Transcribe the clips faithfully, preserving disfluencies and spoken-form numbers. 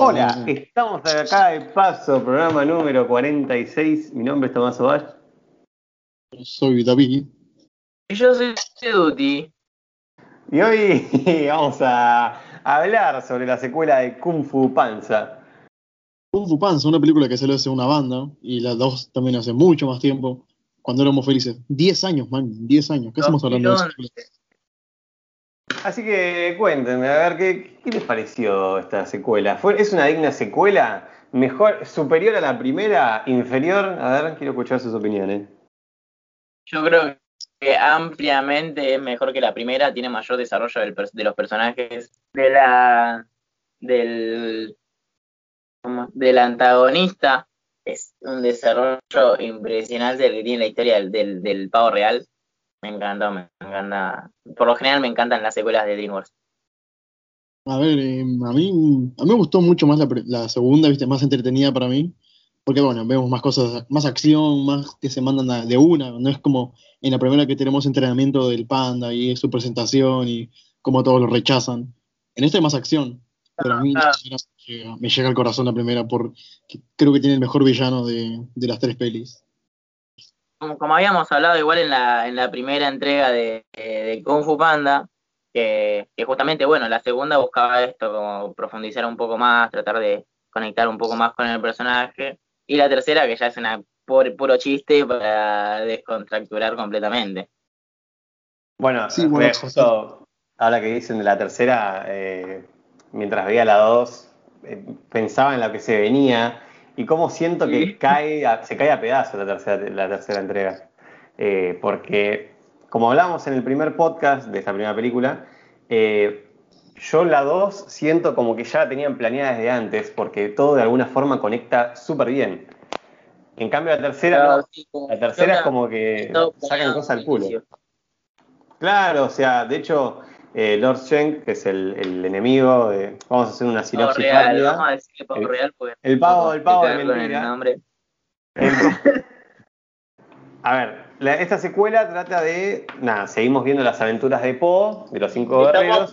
Hola, estamos acá de paso, programa número cuarenta y seis. Mi nombre es Tomás Ovalle. Soy David. Y yo soy Duty. Y hoy vamos a hablar sobre la secuela de Kung Fu Panza. Kung Fu Panza, una película que salió hace una banda, y las dos también hace mucho más tiempo, cuando éramos felices. Diez años, man, diez años. ¿Qué hacemos hablando de eso? Así que cuéntenme, a ver, ¿qué, qué les pareció esta secuela? ¿Fue, ¿Es una digna secuela? ¿Mejor, superior a la primera? ¿Inferior? A ver, quiero escuchar sus opiniones. Yo creo que ampliamente es mejor que la primera, tiene mayor desarrollo del, de los personajes, de la del, ¿cómo? del antagonista. Es un desarrollo impresionante el que tiene la historia del, del, del pavo real. Me encantó, me encanta. Por lo general me encantan las secuelas de DreamWorks. A ver, eh, a mí, a mí me gustó mucho más la, pre- la segunda, viste, más entretenida para mí, porque bueno, vemos más cosas, más acción, más que se mandan a- de una, no es como en la primera que tenemos entrenamiento del panda y su presentación y cómo todos lo rechazan. En esta hay más acción, pero a mí la Ah, primera me llega, me llega al corazón la primera, porque creo que tiene el mejor villano de, de las tres pelis. como, como habíamos hablado igual en la, en la primera entrega de, de Kung Fu Panda, que, que justamente, bueno, la segunda buscaba esto, como profundizar un poco más, tratar de conectar un poco más con el personaje, y la tercera que ya es una puro, puro chiste para descontracturar completamente. Bueno, Sí, bueno, eh, justo ahora que dicen de la tercera, eh, mientras veía la dos, eh, pensaba en lo que se venía y cómo siento que Sí. cae a- se cae a pedazos la tercera, la tercera entrega. Eh, porque, como hablábamos en el primer podcast de esta primera película, eh, yo la dos siento como que ya la tenían planeada desde antes, porque todo de alguna forma conecta súper bien. En cambio, la tercera Pero, no. sí, como La que creo tercera es que como que todo sacan planeado cosas desde al el culo. inicio. Claro, o sea, de hecho, eh, Lord Shen, que es el, el enemigo, de- vamos a hacer una Pavo sinopsis real, vamos rápida. a decirle pavo El, real porque el no puedo pavo, el pavo de complicarlo en el mentira. nombre. El pa- a ver, la- esta secuela trata de, nada, seguimos viendo las aventuras de Po, de los cinco guerreros,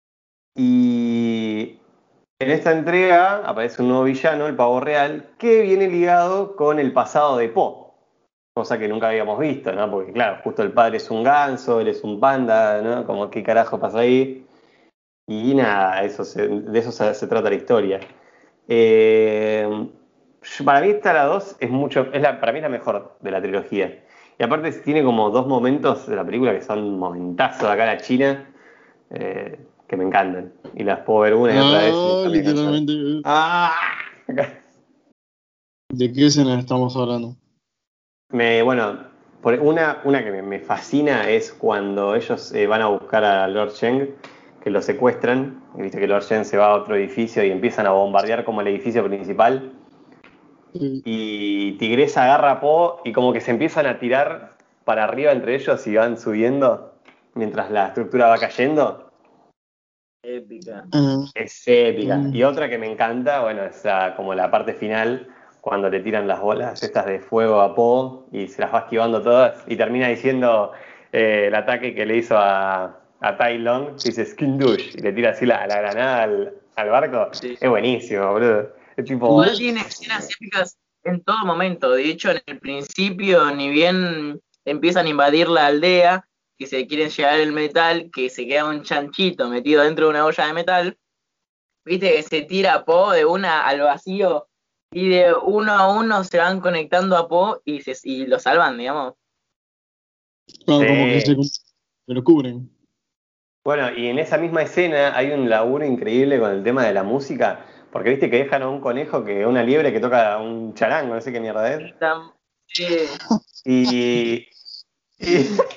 y en esta entrega aparece un nuevo villano, el pavo real, que viene ligado con el pasado de Po. Cosa que nunca habíamos visto, ¿no? Porque claro, justo el padre es un ganso, él es un panda, ¿no? Como qué carajo pasa ahí. Y nada, eso se- de eso se, se trata la historia. Eh, yo- para mí esta la dos es mucho, es la, para mí es la mejor de la trilogía. Y aparte tiene como dos momentos de la película que son momentazos acá en la China, eh, que me encantan. Y las puedo ver una y otra vez y Ah, nunca me cansan. literalmente, ¡Ah! ¿de qué escena estamos hablando? Me, bueno, por una, una que me, me fascina es cuando ellos eh, van a buscar a Lord Sheng, que lo secuestran, y viste que Lord Sheng se va a otro edificio y empiezan a bombardear como el edificio principal, Sí. y Tigresa agarra a Po y como que se empiezan a tirar para arriba entre ellos y van subiendo mientras la estructura va cayendo. Épica. Ah, Es épica. Y mm. otra que me encanta, bueno, es ah, como la parte final, cuando le tiran las bolas estas de fuego a Po y se las va esquivando todas y termina diciendo eh, el ataque que le hizo a, a Tai Lung, que dice Skin Douche y le tira así la, la granada al, al barco. Sí. Es buenísimo, boludo. Es tipo... Igual tiene escenas épicas en todo momento. De hecho, en el principio, ni bien empiezan a invadir la aldea, que se quieren llevar el metal, que se queda un chanchito metido dentro de una olla de metal, viste que se tira a Po de una al vacío y de uno a uno se van conectando a Po y, se, y lo salvan, digamos. Claro, como que se, Sí. se lo cubren. Bueno, y en esa misma escena hay un laburo increíble con el tema de la música, porque viste que dejan a un conejo, que una liebre que toca un charango, no sé qué mierda es. Están- sí. Y, y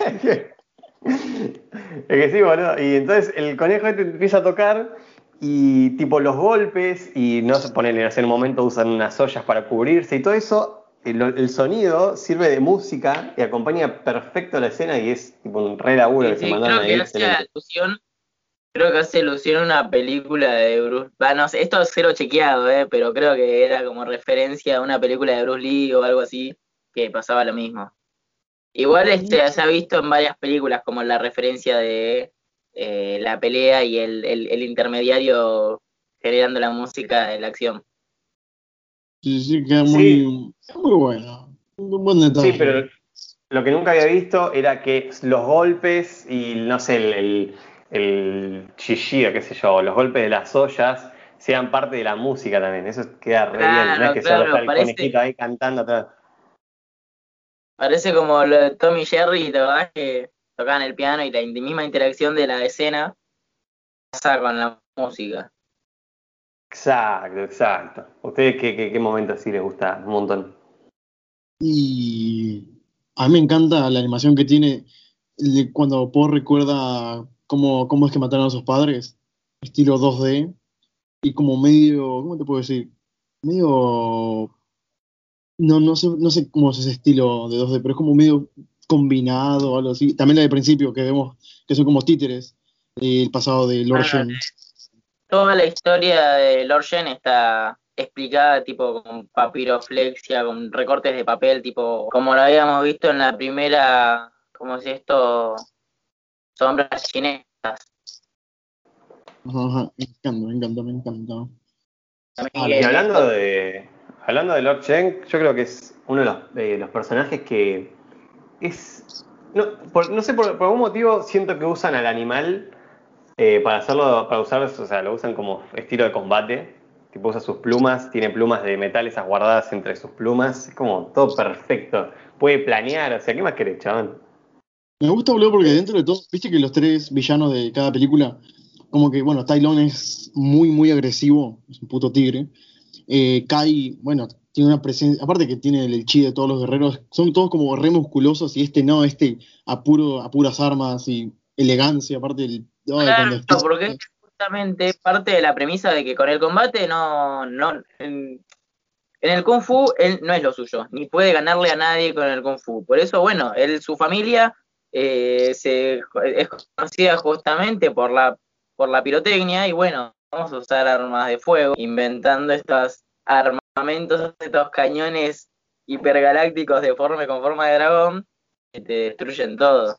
es que sí, boludo. Y entonces el conejo este empieza a tocar y tipo los golpes y no se ponen en ese momento usan unas ollas para cubrirse y todo eso, el, el sonido sirve de música y acompaña perfecto la escena y es tipo un re laburo Sí, que se sí, mandaron creo ahí, que hace excelente. alusión, creo que hace alusión a una película de Bruce. Va, no sé, esto es cero chequeado, eh, pero creo que era como referencia a una película de Bruce Lee o algo así, que pasaba lo mismo. Igual este, se ha visto en varias películas como la referencia de eh, la pelea y el, el, el intermediario generando la música de la acción. Sí, sí, queda muy, Sí, muy bueno. Un buen detalle. sí, pero lo que nunca había visto era que los golpes y, no sé, el, el, el chillido, qué sé yo, los golpes de las ollas sean parte de la música también. Eso queda re bien. No es Claro, que solo está claro, el parece, conejito ahí cantando atrás. parece como lo de Tom y Jerry, ¿te acordás? Que tocaban el piano y la in- misma interacción de la escena pasa con la música. Exacto, exacto. ¿A ustedes qué, qué, qué momento así les gusta un montón? Y a mí me encanta la animación que tiene de cuando Poe recuerda cómo, cómo es que mataron a sus padres, estilo dos D, y como medio, ¿cómo te puedo decir? Medio, no, no sé, no sé cómo es ese estilo de dos D, pero es como medio combinado o algo así. También la de principio, que vemos que son como títeres del pasado de Lord Bueno, Shen. toda la historia de Lord Shen está explicada tipo con papiroflexia, con recortes de papel, tipo como lo habíamos visto en la primera, como si esto, sombras chinesas. Ajá, ajá, me encanta, me encanta, me encanta. Y También Ahora, hablando esto, de, hablando de Lord Shen, yo creo que es uno de los, de los personajes que es. No, por- no sé, por, por algún motivo siento que usan al animal eh, para hacerlo, para usar, o sea, lo usan como estilo de combate. Tipo, usa sus plumas, tiene plumas de metal esas guardadas entre sus plumas. Es como todo perfecto. Puede planear, o sea, ¿qué más querés, chabón? me gusta, boludo, porque dentro de todo, viste que los tres villanos de cada película, como que, bueno, Tai Lung es muy, muy agresivo, es un puto tigre. Eh, Kai, bueno, tiene una presencia, aparte que tiene el chi de todos los guerreros, son todos como re musculosos y este no, este a, puro, a puras armas y elegancia, aparte del, ay, cuando claro, empieza. porque es justamente parte de la premisa de que con el combate no, no, en, en el Kung Fu él no es lo suyo, ni puede ganarle a nadie con el Kung Fu. Por eso, bueno, él, su familia eh, se, es conocida justamente por la, por la pirotecnia y bueno, vamos a usar armas de fuego, inventando estos armamentos, estos cañones hipergalácticos deformes con forma de dragón que te destruyen todo.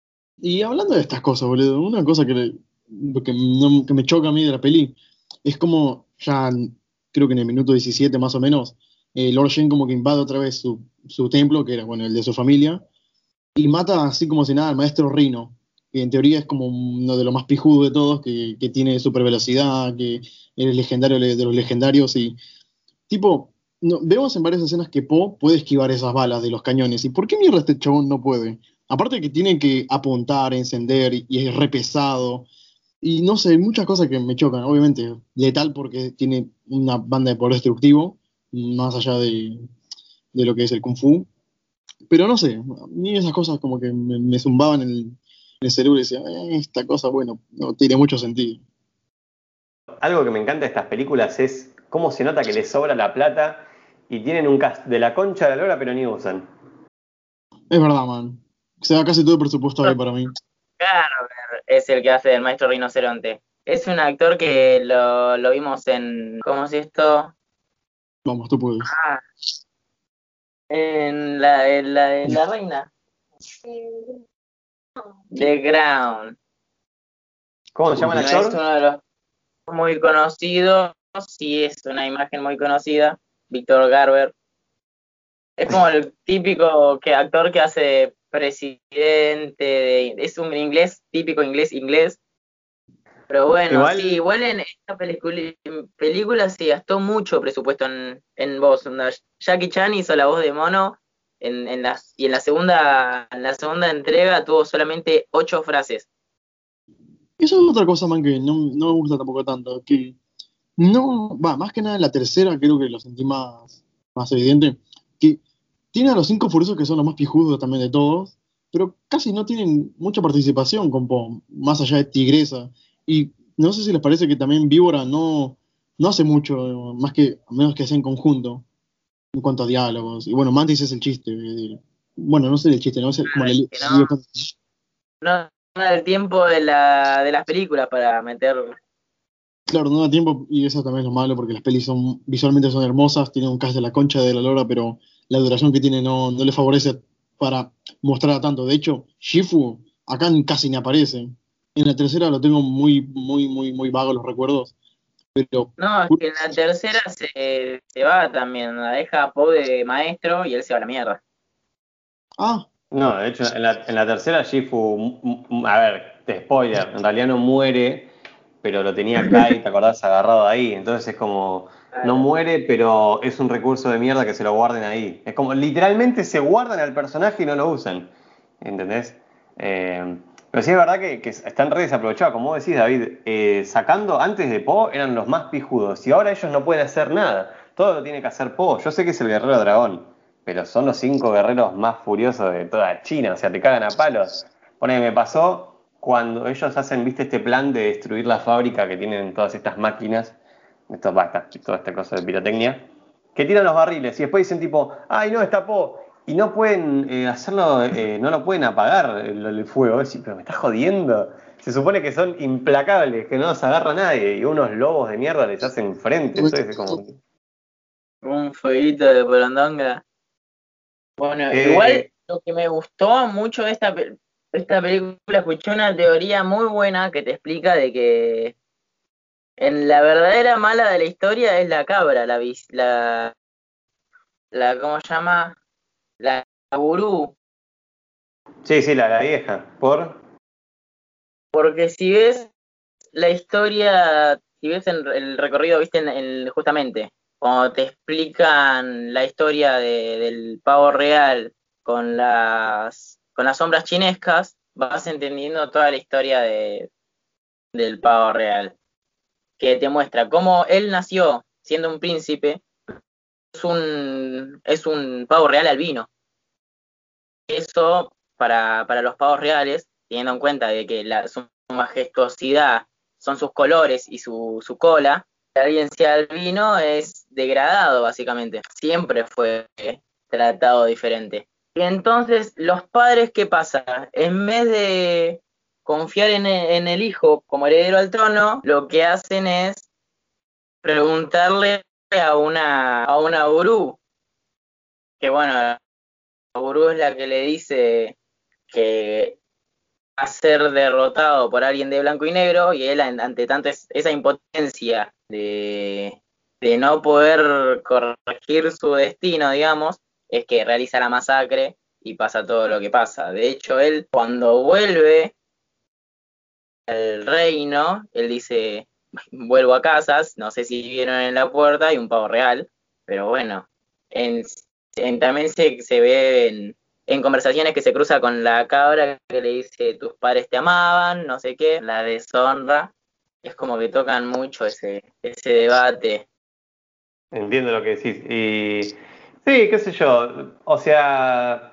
Y hablando de estas cosas, boludo, una cosa que, le- que, no- que me choca a mí de la peli es como ya creo que en el minuto diecisiete más o menos, eh, Lord Shen como que invade otra vez su, su templo, que era bueno el de su familia, y mata así como si nada al maestro Rino, que en teoría es como uno de los más pijudos de todos, que, que tiene super velocidad, que es legendario de los legendarios y tipo, no, vemos en varias escenas que Poe puede esquivar esas balas de los cañones. ¿Y por qué mierda este chabón no puede? Aparte que tiene que apuntar, encender y, y es re pesado. Y no sé, hay muchas cosas que me chocan. Obviamente, letal porque tiene una banda de poder destructivo, más allá de, de lo que es el Kung Fu. Pero no sé, a mí esas cosas como que me, me zumbaban en el, en el cerebro y decía, "Eh, esta cosa, bueno, no tiene mucho sentido". Algo que me encanta de estas películas es cómo se nota que les sobra la plata y tienen un cast de la concha de la lora, pero ni usan. Es verdad, man. Se da casi todo el presupuesto ahí para mí. Garber es el que hace del maestro rinoceronte. Es un actor que lo, lo vimos en, ¿cómo es esto? Vamos, tú puedes. Ah, en la, en la, en la reina. The Crown. ¿Cómo se llama el No es actor? uno de los muy conocidos, sí es una imagen muy conocida. Víctor Garber. Es como el típico que actor que hace presidente, de- es un inglés, típico inglés, inglés. Pero bueno, sí, Igual, igual en esta película, en película se gastó mucho presupuesto en, en voz. Onda, Jackie Chan hizo la voz de Mono en, en las, y en la segunda, en la segunda entrega tuvo solamente ocho frases. Eso es otra cosa, man, que no, no me gusta tampoco tanto. Que no, va, más que nada en la tercera creo que lo sentí más, más evidente. Que tiene a los cinco furiosos que son los más pijudos también de todos, pero casi no tienen mucha participación con Poe, más allá de Tigresa. Y no sé si les parece que también Víbora no, no hace mucho, más que, a menos que sea en conjunto, en cuanto a diálogos. Y bueno, Mantis es el chiste. eh, Bueno, no sé el chiste, no sé como le, Que no, no no da el tiempo de, la, de las películas para meter. claro, no da tiempo y eso también es lo malo porque las pelis son visualmente son hermosas, tienen un cast de la concha de la lora, pero la duración que tiene no, no le favorece para mostrar tanto. De hecho, Shifu acá casi ni aparece. En la tercera lo tengo muy, muy, muy, muy vago los recuerdos, pero... No, es que en la tercera se, se va también, la deja a Poe de maestro y él se va a la mierda. Ah, No, de hecho, en la, en la tercera Gifu, m- m- a ver, te spoiler, en realidad no muere, pero lo tenía Kai, ¿te acordás? Agarrado ahí. Entonces es como, no Claro. muere, pero es un recurso de mierda que se lo guarden ahí. Es como, literalmente se guardan al personaje y no lo usan. ¿Entendés? Eh, pero sí es verdad que, que están re desaprovechados. Como vos decís, David, eh, sacando antes de Poe eran los más pijudos. Y ahora ellos no pueden hacer nada. Todo lo tiene que hacer Poe. Yo sé que es el guerrero dragón, pero son los cinco guerreros más furiosos de toda China. O sea, te cagan a palos. Ponele, me pasó cuando ellos hacen, viste, este plan de destruir la fábrica que tienen todas estas máquinas, esto basta, toda esta cosa de pirotecnia, que tiran los barriles y después dicen tipo, ay no, está Po, y no pueden eh, hacerlo, eh, no lo pueden apagar el, el fuego. Decís, pero me estás jodiendo. Se supone que son implacables, que no los agarra nadie, y unos lobos de mierda les hacen frente, entonces es como... Un fueguito de porondonga. Bueno, igual Eh, lo que me gustó mucho de esta, pe- esta película, escuché una teoría muy buena que te explica de que en la verdadera mala de la historia es la cabra, la, vis- la, la ¿cómo se llama? La gurú. sí, sí, la, la vieja, por... Porque si ves la historia, si ves el, el recorrido, viste, en, en- justamente, cuando te explican la historia de- del pavo real con las, con las sombras chinescas, vas entendiendo toda la historia de, del pavo real, que te muestra cómo él nació siendo un príncipe, es un, es un pavo real albino. Eso, para, para los pavos reales, teniendo en cuenta de que la, su majestuosidad son sus colores y su, su cola, que alguien sea albino es degradado, básicamente. Siempre fue tratado diferente. Y entonces, los padres, ¿qué pasa? En vez de confiar en el, en el hijo como heredero al trono, lo que hacen es preguntarle a una, a una gurú, que bueno, la gurú es la que le dice que va a ser derrotado por alguien de blanco y negro, y él ante tanto es, esa impotencia de, de no poder corregir su destino, digamos, es que realiza la masacre y pasa todo lo que pasa. De hecho, él cuando vuelve al reino, él dice, vuelvo a casas, no sé si vieron en la puerta, hay un pavo real, pero bueno, en, en- también se, se ve en, en conversaciones que se cruza con la cabra que le dice, tus padres te amaban, no sé qué, la deshonra, es como que tocan mucho ese, ese debate. Entiendo lo que decís. Y sí, qué sé yo. O sea,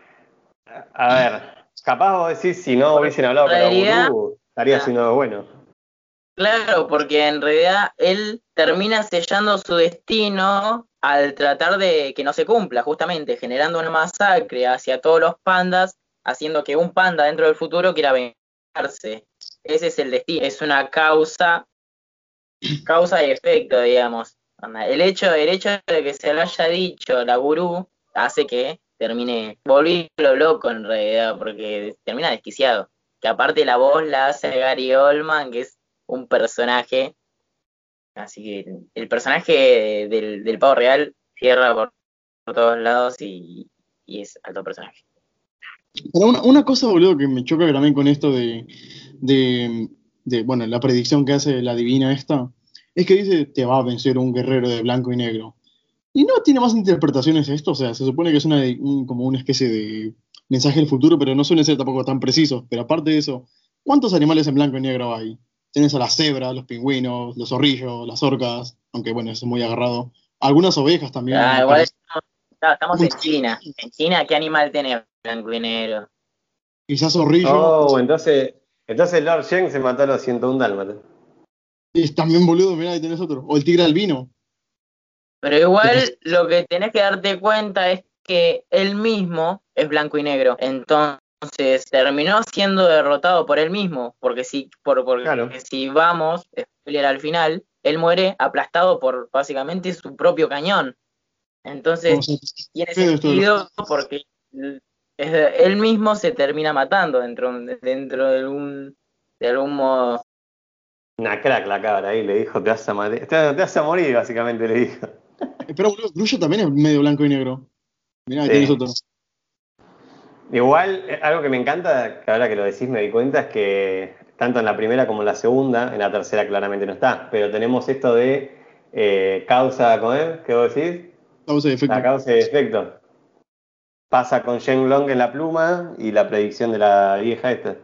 a ver, capaz vos decís si no Porque hubiesen en hablado con la realidad, gurú, estaría haciendo algo bueno. claro, porque en realidad él termina sellando su destino al tratar de que no se cumpla, justamente generando una masacre hacia todos los pandas, haciendo que un panda dentro del futuro quiera vengarse. Ese es el destino, es una causa, causa y efecto, digamos. Onda, El hecho, el hecho de que se lo haya dicho la gurú hace que termine volviendo loco en realidad, porque termina desquiciado. Que aparte la voz la hace Gary Oldman, que es un personaje. Así que el personaje del, del pavo real cierra por, por todos lados y, y es alto personaje. Pero una, una cosa, boludo, que me choca también con esto de, de, de, bueno, la predicción que hace la divina esta, es que dice, te va a vencer un guerrero de blanco y negro. Y no tiene más interpretaciones esto, o sea, se supone que es una, un- como una especie de mensaje del futuro, pero no suelen ser tampoco tan precisos. Pero aparte de eso, ¿cuántos animales en blanco y negro hay? Tienes a las cebras, los pingüinos, los zorrillos, las orcas, aunque bueno, eso es muy agarrado. Algunas ovejas también Ah, me igual parece. estamos, estamos en China. En China, ¿qué animal tenés blanco y negro? Quizás zorrillo, Oh, entonces, entonces Lord Shen se mató a los ciento uno dálmatas. es también boludo, mirá, ahí tenés otro. O el tigre albino. Pero igual lo que tenés que darte cuenta es que él mismo es blanco y negro. Entonces terminó siendo derrotado por él mismo. Porque si, por, porque Claro. si vamos, spoiler al final, él muere aplastado por básicamente su propio cañón. O Entonces sea, tiene Fede, esto de los- sentido porque él mismo se termina matando dentro, dentro de algún, de algún modo. Una crack la cabra ahí, le dijo, te vas a, mate- te, te vas a morir, básicamente le dijo. Pero boludo, Grullo también es medio blanco y negro. Mirá, ahí tenés Sí. otro. Igual, eh, algo que me encanta, que ahora que lo decís me di cuenta, es que tanto en la primera como en la segunda, en la tercera claramente no está, pero tenemos esto de eh, causa, ¿cómo es? ¿Qué vos decís? Causa y La efecto. causa y efecto. Pasa con Shenlong en la pluma y la predicción de la vieja esta.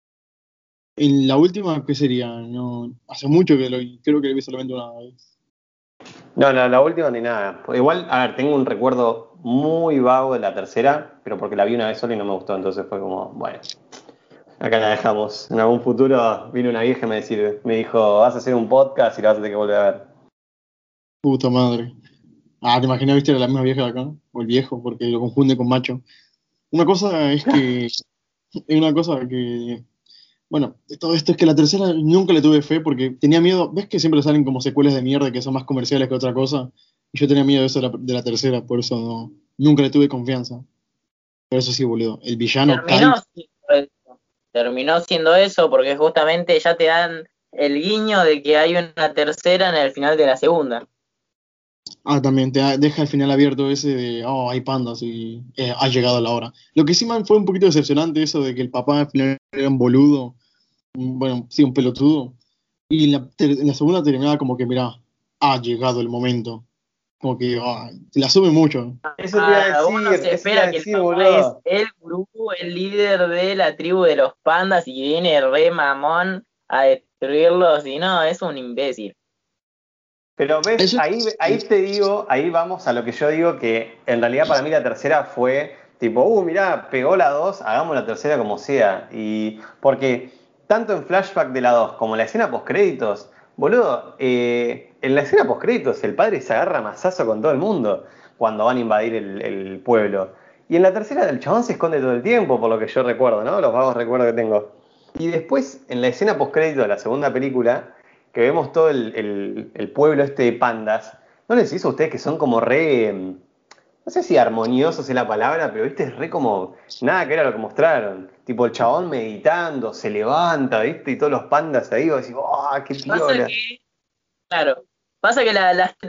En la última, ¿qué sería? No, hace mucho que lo creo que lo vi solamente una vez. No, la, la última ni nada. Igual, a ver, tengo un recuerdo muy vago de la tercera, pero porque la vi una vez sola y no me gustó, entonces fue como, bueno, acá la dejamos. En algún futuro vino una vieja y me, decir, me dijo, vas a hacer un podcast y la vas a tener que volver a ver. Puta madre. Ah, te imaginas, viste, era la misma vieja de acá, o el viejo, porque lo confunde con macho. Una cosa es que, hay una cosa que, bueno, todo esto es que la tercera nunca le tuve fe porque tenía miedo, ves que siempre salen como secuelas de mierda que son más comerciales que otra cosa, y yo tenía miedo de eso de la, de la tercera, por eso no, nunca le tuve confianza. Pero eso sí, boludo, el villano Kyle, Terminó siendo eso. Terminó siendo eso porque justamente ya te dan el guiño de que hay una tercera en el final de la segunda. ah, también te da- deja el final abierto ese de, oh, hay pandas y eh, ha llegado la hora. Lo que sí, man, fue un poquito decepcionante eso de que el papá al final era un boludo, un- bueno, sí, un pelotudo. Y en la, ter- en la segunda terminaba como que, mira, ha llegado el momento. Como que ah, se la sube mucho. Eso te iba a Ah, uno decir, se eso te iba a espera que el decir, papá es boludo. el gurú, el líder de la tribu de los pandas y viene re mamón a destruirlos y no, es un imbécil. Pero ves, Eso ahí, ahí te digo, ahí vamos a lo que yo digo, que en realidad para mí la tercera fue tipo, uh, mirá, pegó la dos, hagamos la tercera como sea. Y porque tanto en flashback de la dos como en la escena postcréditos, boludo, eh, en la escena postcréditos el padre se agarra mazazo con todo el mundo cuando van a invadir el, el pueblo. Y en la tercera el chabón se esconde todo el tiempo, por lo que yo recuerdo, ¿no? Los vagos recuerdos que tengo. Y después, en la escena postcrédito de la segunda película, que vemos todo el, el- el pueblo este de pandas, ¿no les hizo a ustedes que son como re, mm, no sé si armoniosos es la palabra, pero viste, es re como, nada que era lo que mostraron? Tipo el chabón meditando, se levanta, viste, y todos los pandas ahí, vos decís, ¡oh, qué Pasa piola! que, claro, pasa que la- las,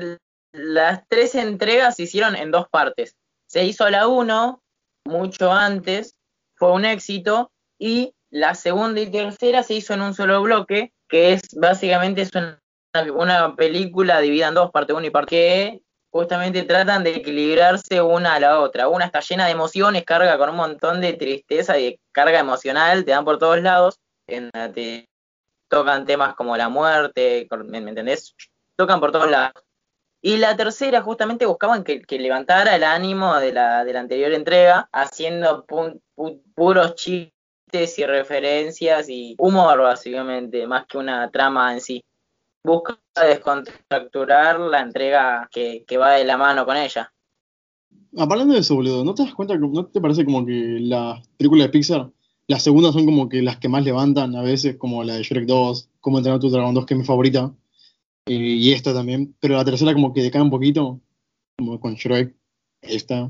las tres entregas se hicieron en dos partes. Se hizo la uno mucho antes, fue un éxito, y la segunda y tercera se hizo en un solo bloque, que es básicamente es una, una película dividida en dos, parte uno y parte que justamente tratan de equilibrarse una a la otra. Una está llena de emociones, carga con un montón de tristeza y de carga emocional, te dan por todos lados, en la te tocan temas como la muerte, ¿me, me entendés? Tocan por todos lados. Y la tercera justamente buscaban que, que levantara el ánimo de la, de la anterior entrega, haciendo pu- pu- puros chistes y referencias y humor, básicamente, más que una trama en sí. Busca descontracturar la entrega que, que va de la mano con ella. Hablando de eso, boludo, ¿no te das cuenta, que- no te parece como que las películas de Pixar, las segundas son como que las que más levantan a veces, como la de Shrek dos, Cómo entrenar a tu dragón dos, que es mi favorita, eh, y esta también, pero la tercera como que decae un poquito, como con Shrek, esta.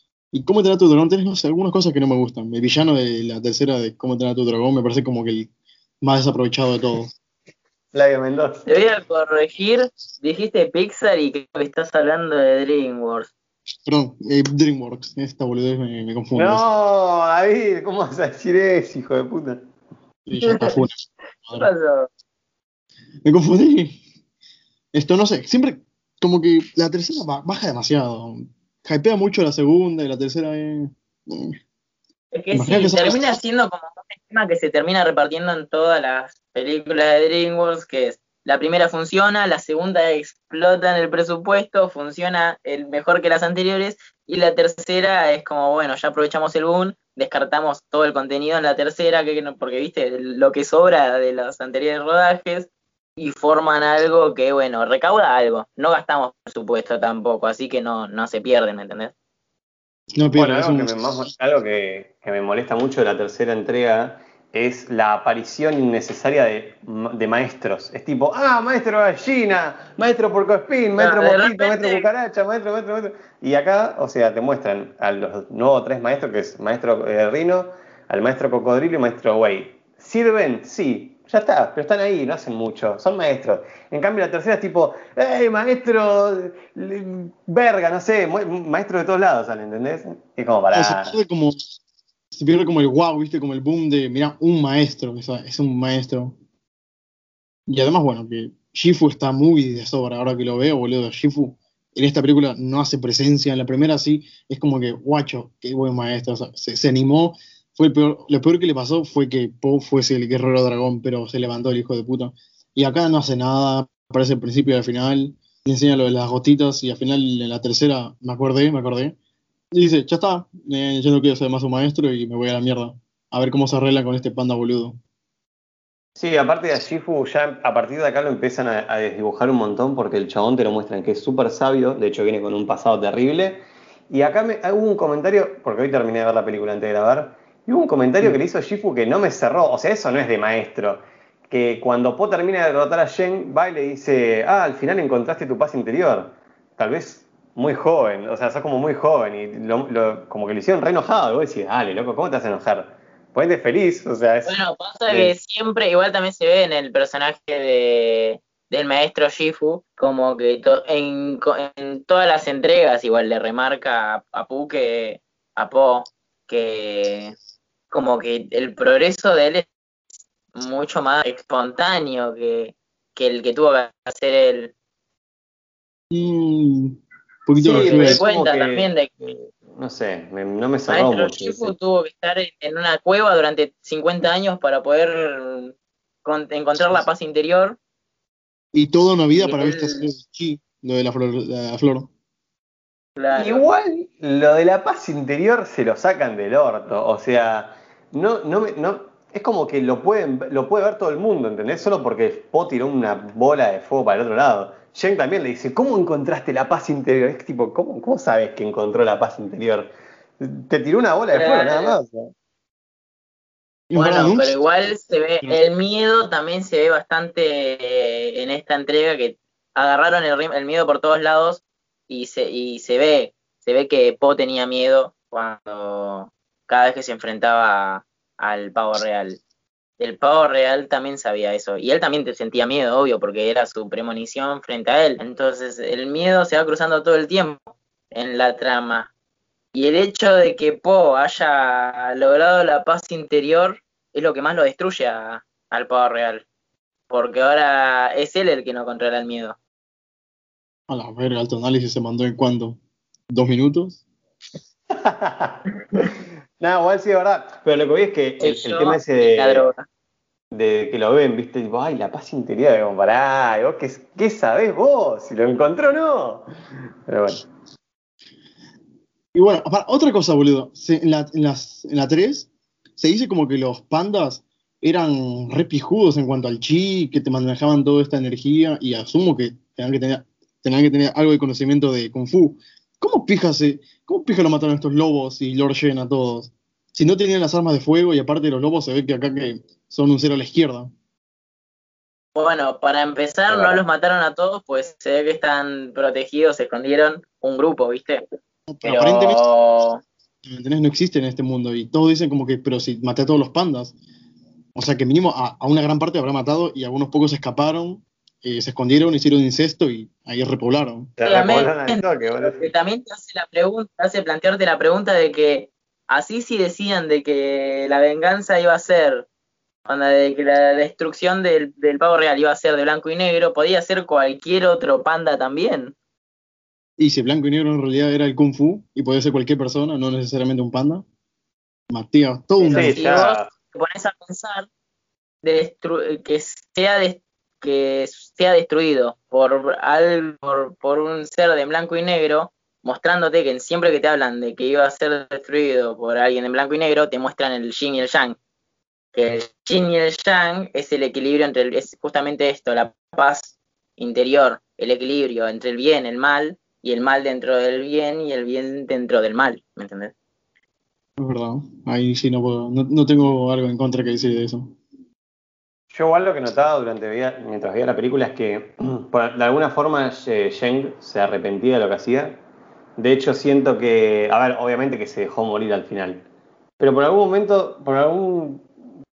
Y Cómo entrenar a tu dragón, tenés, no sé, algunas cosas que no me gustan. El villano de la tercera de Cómo entrenar a tu dragón me parece como que el más desaprovechado de todos. Flavio Mendoza. Te voy a corregir, dijiste Pixar y creo que estás hablando de DreamWorks. Perdón, eh, DreamWorks, esta boludez me, me confunde. No, David, ¿cómo vas a decir eso, hijo de puta? Y ya está, fue ¿Qué una- pasó? Me confundí. Esto no sé, siempre como que la tercera ba- baja demasiado. Hypea mucho la segunda y la tercera es. eh. Es que Imagina que sí, sale. termina siendo como un esquema que se termina repartiendo en todas las películas de DreamWorks, que es la primera funciona, la segunda explota en el presupuesto, funciona el mejor que las anteriores, y la tercera es como, bueno, ya aprovechamos el boom, descartamos todo el contenido en la tercera, que no, porque viste lo que sobra de los anteriores rodajes, y forman algo que, bueno, recauda algo. No gastamos presupuesto tampoco, así que no, no se pierden, ¿me entendés? No Bueno, pierde, es algo que un. me, más- algo que, que me molesta mucho de la tercera entrega es la aparición innecesaria de, de maestros. Es tipo, ah, maestro gallina, maestro porcoespín, No, maestro de mosquito, maestro repente, cucaracha, maestro, maestro, maestro. Y acá, o sea, te muestran a los nuevos tres maestros, que es maestro eh, Rino, al maestro cocodrilo y maestro Wei. ¿Sirven? Sí. ya está, pero están ahí, no hacen mucho, son maestros. En cambio la tercera es tipo, ¡ey, maestro! Verga, no sé, maestro de todos lados salen, ¿entendés? Es como No, se para... pierde como, se pierde como el wow, ¿viste? Como el boom de, mira, un maestro, o sea, es un maestro. Y además, bueno, que Shifu está muy de sobra, ahora que lo veo, boludo. Shifu en esta película no hace presencia, en la primera sí, es como que, guacho, qué buen maestro, o sea, se, se animó. Fue el peor, lo peor que le pasó fue que Po fuese el guerrero dragón, pero se levantó el hijo de puta. Y acá no hace nada, aparece al principio y al final, le enseña lo de las gotitas, y al final en la tercera me acordé, me acordé. Y dice, ya está, eh, yo no quiero ser más un maestro y me voy a la mierda. A ver cómo se arregla con este panda boludo. Sí, aparte de Shifu, ya a partir de acá lo empiezan a, a desdibujar un montón porque el chabón te lo muestran que es súper sabio, de hecho viene con un pasado terrible. Y acá me, hubo un comentario, porque hoy terminé de ver la película antes de grabar, y hubo un comentario que le hizo Shifu que no me cerró, o sea, eso no es de maestro. Que cuando Po termina de derrotar a Shen, va y le dice, ah, al final encontraste tu paz interior. Tal vez muy joven, o sea, sos como muy joven y lo- lo- como que lo hicieron re enojado. Y vos decís, dale, loco, ¿cómo te vas a enojar? Ponete feliz, o sea, es... Bueno, pasa que de- siempre, igual también se ve en el personaje de, del maestro Shifu, como que to- en, co- en todas las entregas igual le remarca a, a Pu que, a Po, que como que el progreso de él es mucho más espontáneo que, que el que tuvo que hacer él. Mm, un poquito Sí, lo Se pero ayuda. te es como cuenta que, también de que eh, no sé, me- no me el cerró maestro mucho Shifu ese. tuvo que estar en, en una cueva durante cincuenta años para poder con- encontrar la paz interior. Y toda una vida Y para viste hacer él, el chi, lo de la flor, la flor. claro. Igual lo de la paz interior se lo sacan del orto, o sea, no, no, me- no, es como que lo pueden, lo puede ver todo el mundo, ¿entendés? Solo porque Po tiró una bola de fuego para el otro lado. Jen también le dice, ¿cómo encontraste la paz interior? Es tipo, ¿cómo, cómo sabes que encontró la paz interior? Te tiró una bola de fuego, nada Claro. más. ¿No? En verdad, Bueno, nunca. pero igual se ve, el miedo también se ve bastante eh, en esta entrega que agarraron el, ri- el miedo por todos lados y se, y se ve, se ve que Po tenía miedo cuando cada vez que se enfrentaba al pavo real. El pavo real también sabía eso y él también te sentía miedo, obvio, porque era su premonición frente a él. Entonces el miedo se va cruzando todo el tiempo en la trama. Y el hecho de que Po haya logrado la paz interior es lo que más lo destruye a- al pavo real. Porque ahora es él el que no controla el miedo. A la verga, alto análisis se mandó en cuánto, dos minutos. Nada, igual sí es verdad. Pero lo que voy es que Soy el, el tema yo ese y la de, droga. de que lo ven, viste, tipo, ay, la paz interior, y como, pará, ¿y vos qué, qué sabés vos? Si lo encontró o no. Pero bueno. Y bueno, para, otra cosa, boludo. Se- en, la, en, las, en la tres se dice como que los pandas eran re pijudos en cuanto al chi, que te manejaban toda esta energía, y asumo que tenían que tener, tenían que tener algo de conocimiento de Kung Fu. ¿Cómo pija, se, ¿Cómo pija lo mataron estos lobos y Lord Shen a todos? Si no tenían las armas de fuego, y aparte los lobos se ve que acá que son un cero a la izquierda. Bueno, para empezar, Es no verdad. los mataron a todos, pues se ve que están protegidos, se escondieron un grupo, ¿viste? Pero aparentemente, Pero ¿me entendés? No existe en este mundo, y todos dicen como que, pero si maté a todos los pandas. O sea que mínimo a, a una gran parte habrá matado y algunos pocos escaparon, eh, se escondieron, hicieron incesto y ahí repoblaron. Se obviamente, repoblan al toque, boludo. porque también te hace la pregunta, te hace plantearte la pregunta de que así si decían de que la venganza iba a ser, onda, de que la destrucción del, del pavo real iba a ser de blanco y negro, podía ser cualquier otro panda también. Y si blanco y negro en realidad era el Kung Fu y podía ser cualquier persona, no necesariamente un panda, Matías, todo Pero Sí, un... si vos ya. te pones a pensar destru- que sea de- que sea destruido por, algo, por, por un ser de blanco y negro, mostrándote que siempre que te hablan de que iba a ser destruido por alguien en blanco y negro, te muestran el yin y el yang. Que el yin y el yang es el equilibrio entre, el, es justamente esto, la paz interior, el equilibrio entre el bien, el mal, y el mal dentro del bien y el bien dentro del mal, ¿me entendés? Es verdad, ahí sí no puedo, no, no tengo algo en contra que decir de eso. Yo igual lo que notaba durante veía- mientras veía la película es que por- de alguna forma eh, Sheng se arrepentía de lo que hacía. De hecho siento que, a ver, obviamente que se dejó morir al final. Pero por algún momento, por algún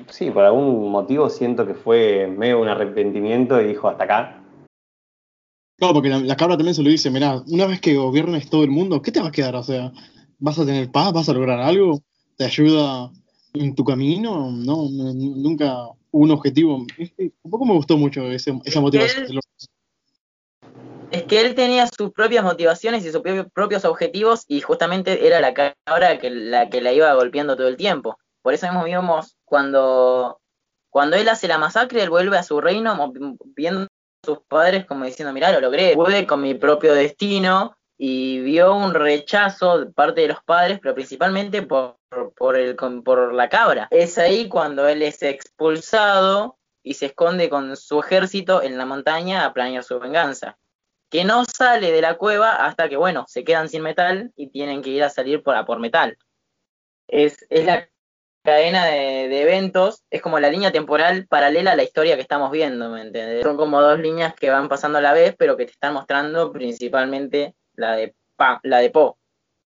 sí, por algún motivo siento que fue medio un arrepentimiento y dijo hasta acá. Claro, porque la, la cabra también se lo dice, mirá, una vez que gobiernes todo el mundo, ¿qué te va a quedar? O sea, ¿vas a tener paz? ¿Vas a lograr algo? ¿Te ayuda en tu camino? No, no, nunca hubo un objetivo. Es que un poco me gustó mucho ese, esa motivación. Él, es que él tenía sus propias motivaciones y sus propios objetivos y justamente era la cabra que, la que la iba golpeando todo el tiempo. Por eso mismo vimos cuando, cuando él hace la masacre, él vuelve a su reino viendo a sus padres como diciendo, mirá, lo logré, pude con mi propio destino, y vio un rechazo de parte de los padres, pero principalmente por, por, el, por la cabra. Es ahí cuando él es expulsado y se esconde con su ejército en la montaña a planear su venganza. Que no sale de la cueva hasta que, bueno, se quedan sin metal y tienen que ir a salir por, a por metal. Es, es la cadena de, de eventos, es como la línea temporal paralela a la historia que estamos viendo, ¿me entiendes? Son como dos líneas que van pasando a la vez, pero que te están mostrando principalmente la de Pa, la de Po.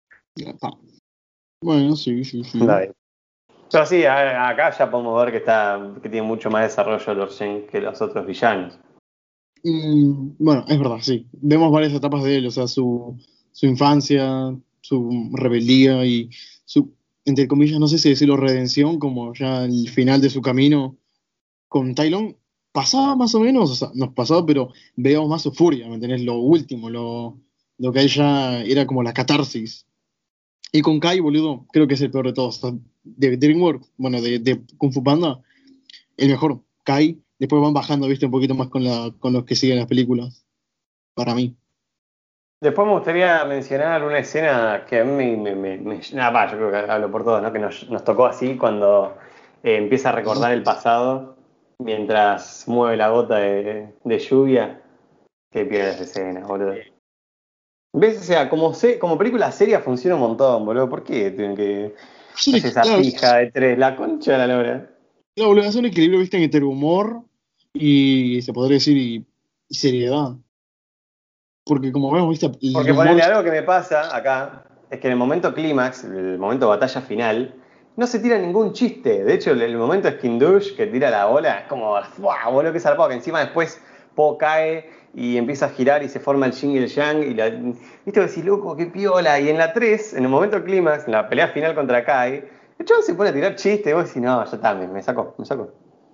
Bueno, sí, sí, sí. Dale. Pero sí, a- acá ya podemos ver que está que tiene mucho más desarrollo Lord Shen que los otros villanos. Mm, bueno, es verdad, sí. Vemos varias etapas de él, o sea, su, su infancia, su rebeldía y su, entre comillas, no sé si decirlo redención, como ya el final de su camino con Tai Lung. Pasaba más o menos, o sea, nos pasaba, pero veíamos más su furia, ¿me entendés? Lo último, lo, lo que a ella era como la catarsis. Y con Kai, boludo, creo que es el peor de todos. O sea, de DreamWorks, bueno, de, de Kung Fu Panda, el mejor. Kai, después van bajando, viste, un poquito más con, la, con los que siguen las películas. Para mí. Después me gustaría mencionar una escena que a mí me... me, me- nada, va, yo creo que hablo por todos, ¿no? Que nos, nos tocó así cuando eh, empieza a recordar el pasado mientras mueve la gota de, de lluvia. Qué pierde esa escena, boludo. ¿Ves? O sea, como, se, como película seria funciona un montón, boludo. ¿Por qué tienen que Sí, hacer esa claro, pija de tres? La concha de la lora. claro, boludo, es un equilibrio, viste, entre humor y, se podría decir, y, y seriedad. Porque como vemos, viste, el Porque humor... ponerle algo que me pasa acá es que en el momento clímax, el momento batalla final, no se tira ningún chiste. De hecho, el, el momento Skindush que tira la bola es como, ¡fua! Boludo, que zarpado. Que encima después Po cae y empieza a girar y se forma el yin y el yang. Y la, viste, decís, loco, qué piola. Y en la tres, en el momento clímax, en la pelea final contra Kai, el chabón se pone a tirar chistes. Y vos decís, no, ya está, me, me sacó, me sacó.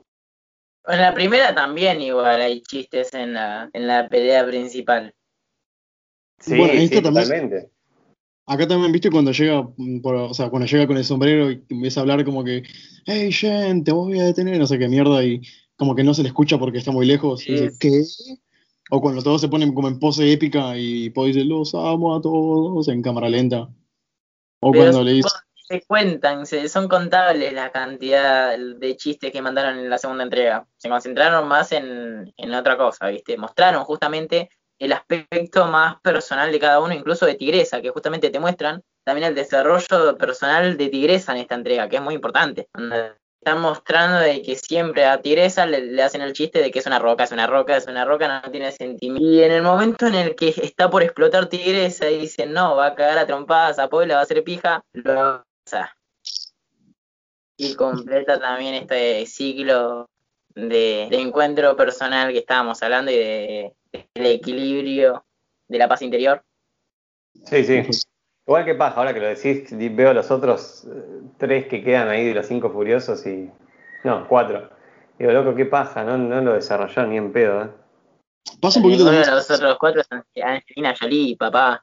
En la primera también igual hay chistes en la, en la pelea principal. Bueno, Sí, esto sí, también... totalmente. Acá también, viste, cuando llega, mm, por- o sea, cuando llega con el sombrero y empieza a hablar como que, hey, Shen, te voy a detener, no sé qué mierda, y como que no se le escucha porque está muy lejos, y dice, Es, ¿qué? O cuando todos se ponen como en pose épica y Po dice, los amo a todos, en cámara lenta. O pero cuando le dice, se cuentan, se, son contables la cantidad de chistes que mandaron en la segunda entrega. Se concentraron más en, en otra cosa, ¿viste? Mostraron justamente el aspecto más personal de cada uno, incluso de Tigresa, que justamente te muestran también el desarrollo personal de Tigresa en esta entrega, que es muy importante. Están mostrando de que siempre a Tigresa le, le hacen el chiste de que es una roca, es una roca, es una roca, no tiene sentimiento. Y en el momento en el que está por explotar Tigresa y dicen, no, va a cagar a trompadas a Puebla, va a hacer pija, lo avanza. Y completa también este ciclo de, de encuentro personal que estábamos hablando y de, del equilibrio de la paz interior. Sí, sí. Igual que paja, ahora que lo decís, veo los otros eh, tres que quedan ahí de los cinco furiosos y. No, cuatro. Digo, loco, qué paja, no, no lo desarrolló ni en pedo, ¿eh? pasa un poquito Ninguno también, de los otros cuatro es Angelina Jolie, papá.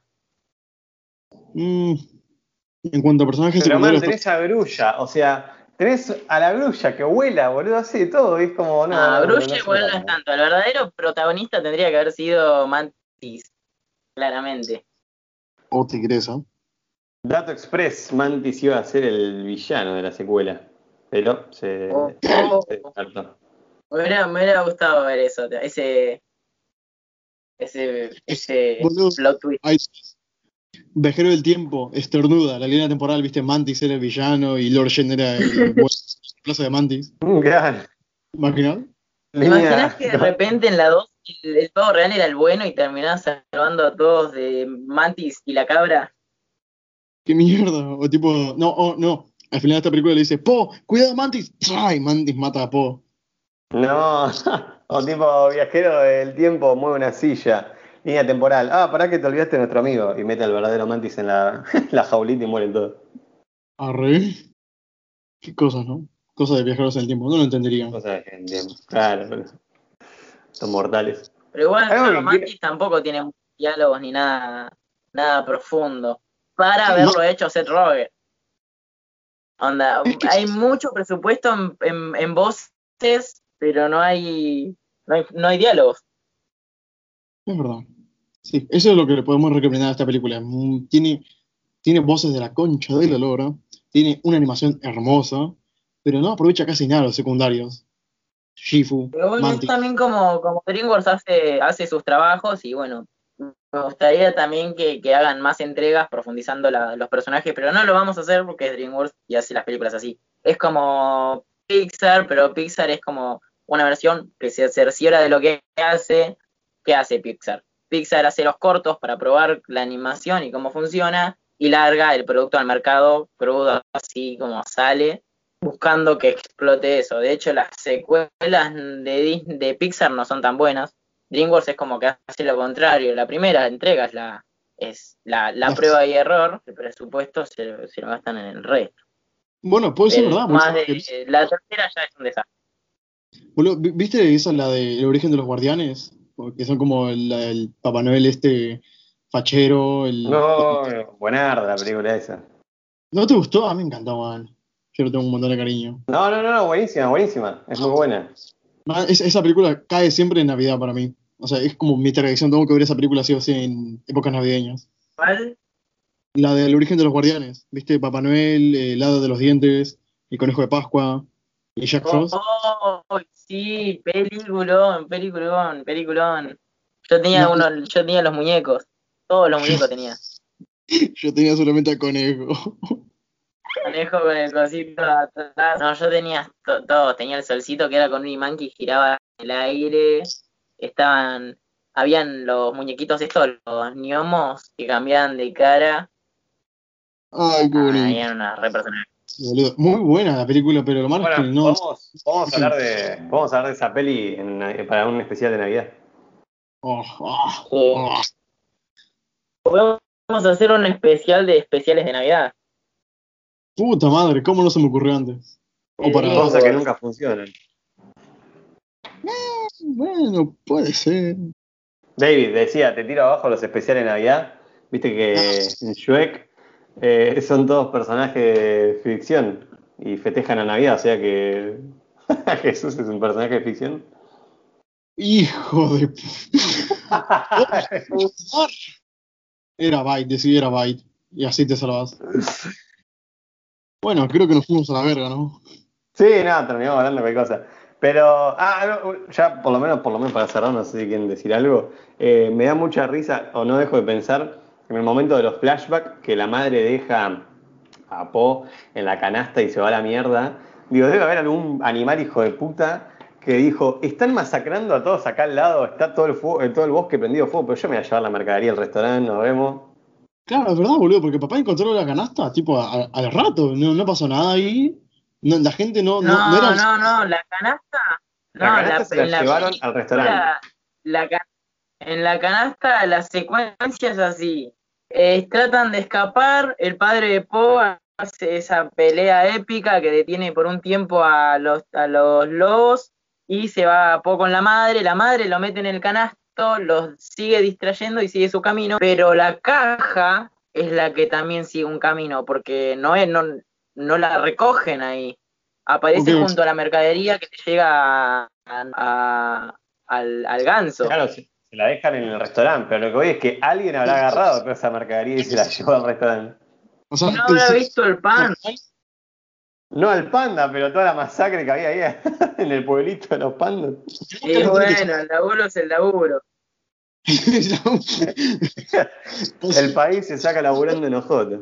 mm, en cuanto a personajes Pero man, secundarios, tenés a Grulla, o sea, tenés a la Grulla que vuela, boludo, hace de todo, y es como, no, Ah, no, no, Bruce no igual no cierra, es ¿no? tanto. El verdadero protagonista tendría que haber sido Mantis, claramente. o Tigresa. Dato Express, Mantis iba a ser el villano de la secuela, pero Oh, se, oh, se descartó. me, hubiera, me hubiera gustado ver eso, ese, ese, Es, ese boludo, plot twist. hay Viajero del tiempo, estornuda, la línea temporal, viste, Mantis era el villano y Lord Shen era el bueno, plaza de Mantis. Gran ¿Imaginas? ¿Te imaginas línea. que de repente en la dos el, el pavo real era el bueno y terminaba salvando a todos de Mantis y la cabra? ¿Qué mierda? O tipo, no, oh, no, al final de esta película le dice, Po, cuidado Mantis, ¡Tray! Mantis mata a Po. No, o tipo viajero del tiempo mueve una silla, línea temporal. Ah, pará que te olvidaste de nuestro amigo. Y mete al verdadero Mantis en la, la jaulita y mueren todos. Arre. Qué cosas, ¿no? Cosas de viajeros en el tiempo, no lo entendería. Cosas de tiempo. Claro, pero son mortales. Pero igual Algo Carlos que quiero- Mantis tampoco tiene muchos diálogos ni nada, nada profundo. Para Sí, haberlo no. hecho Seth Rogen. Onda, Es que hay mucho presupuesto en, en, en voces, pero no hay, no hay, no hay diálogos. es verdad. Sí, eso es lo que le podemos recomendar a esta película. Mm, Tiene, tiene voces de la concha de la lora, tiene una animación hermosa, pero no aprovecha casi nada los secundarios. Shifu, Pero bueno, es Mantis. también como, como DreamWorks hace, hace sus trabajos y bueno, me gustaría también que, que hagan más entregas profundizando la- los personajes, pero no lo vamos a hacer porque es DreamWorks y hace las películas así. Es como Pixar, pero Pixar es como una versión que se cerciora de lo que hace. ¿Qué hace Pixar? Pixar hace los cortos para probar la animación y cómo funciona y larga el producto al mercado crudo, así como sale, buscando que explote eso. De hecho, las secuelas de, Dis- de Pixar no son tan buenas. DreamWorks es como que hace lo contrario. La primera entrega es la, es la, la Las- prueba y error. El presupuesto se, lo- se lo gastan en el resto. Bueno, puede ser El verdad, más boludo. de, la tercera ya es un desastre. Boludo, ¿vi- ¿viste esa, la de El origen de los guardianes? Que son como el, el Papá Noel este fachero, el... No, buenarda la película esa. ¿No te gustó? A mí me encantó, man. Yo le tengo un montón de cariño. No, no, no, no, buenísima, buenísima. Es muy buena. Man, es- esa película cae siempre en Navidad para mí. O sea, es como mi tradición, tengo que ver esa película sí o sí en épocas navideñas. ¿Cuál? La del origen de los guardianes, ¿viste? Papá Noel, el hada de los dientes, el conejo de Pascua y Jack Oh, Frost. oh, sí, peliculón, peliculón, peliculón. Yo tenía No, uno, yo tenía los muñecos. Todos los yo, muñecos tenía. yo tenía solamente al conejo. Conejo con el cosito atrás. No, yo tenía to- todo. Tenía el solcito que era con un imán que giraba en el aire. Estaban, habían los muñequitos estos, los gnomos que cambiaban de cara. Ay, qué Ah, bonito. eran una re personaje. Boludo. Muy buena la película, pero lo malo es Bueno, que no. podemos, podemos hablar de, podemos hablar de esa peli en- para un especial de Navidad. Oh, oh, Sí. oh. Podemos hacer un especial de especiales de Navidad. Puta madre, ¿cómo no se me ocurrió antes? O para. Sí. Cosas que nunca funcionan. Bueno, puede ser. David, decía, te tiro abajo los especiales de Navidad. Viste que en Shrek eh, son todos personajes de ficción y festejan a Navidad, o sea que Jesús es un personaje de ficción. Hijo de. Era Byte, decidí era Byte. Y así te salvas. Bueno, creo que nos fuimos a la verga, ¿no? Sí, nada, terminamos hablando de cualquier cosa. Pero, ah, no, ya por lo menos, por lo menos para cerrar, no sé si quieren decir algo. Eh, me da mucha risa, o no dejo de pensar, en el momento de los flashbacks, que la madre deja a Po en la canasta y se va a la mierda. Digo, debe haber algún animal hijo de puta que dijo, están masacrando a todos acá al lado, está todo el fuego, eh, todo el bosque prendido fuego, pero yo me voy a llevar la mercadería al restaurante, nos vemos. Claro, es verdad, boludo, porque papá encontró la canasta, tipo, a- al rato, no, no pasó nada ahí. No, la gente no, no, no era. No, no, no, la canasta, La no, canasta la, se la en la llevaron al restaurante. película, la, ca- en la canasta la secuencia es así. Eh, tratan de escapar, el padre de Poe hace esa pelea épica que detiene por un tiempo a los, a los lobos y se va Poe con la madre, la madre lo mete en el canasto, los sigue distrayendo y sigue su camino, pero la caja es la que también sigue un camino, porque no es, no, no la recogen ahí. Aparece Ok, junto a la mercadería que te llega a- a- al, al ganso. Claro, se, se la dejan en el restaurante, pero lo que voy es que alguien habrá agarrado toda esa mercadería y se la llevó al restaurante. o sea, No habrá sí, visto el pan. No al panda, pero toda la masacre que había ahí en el pueblito de los pandas. Y bueno, el laburo es el laburo. El país se saca laburando en ojotas.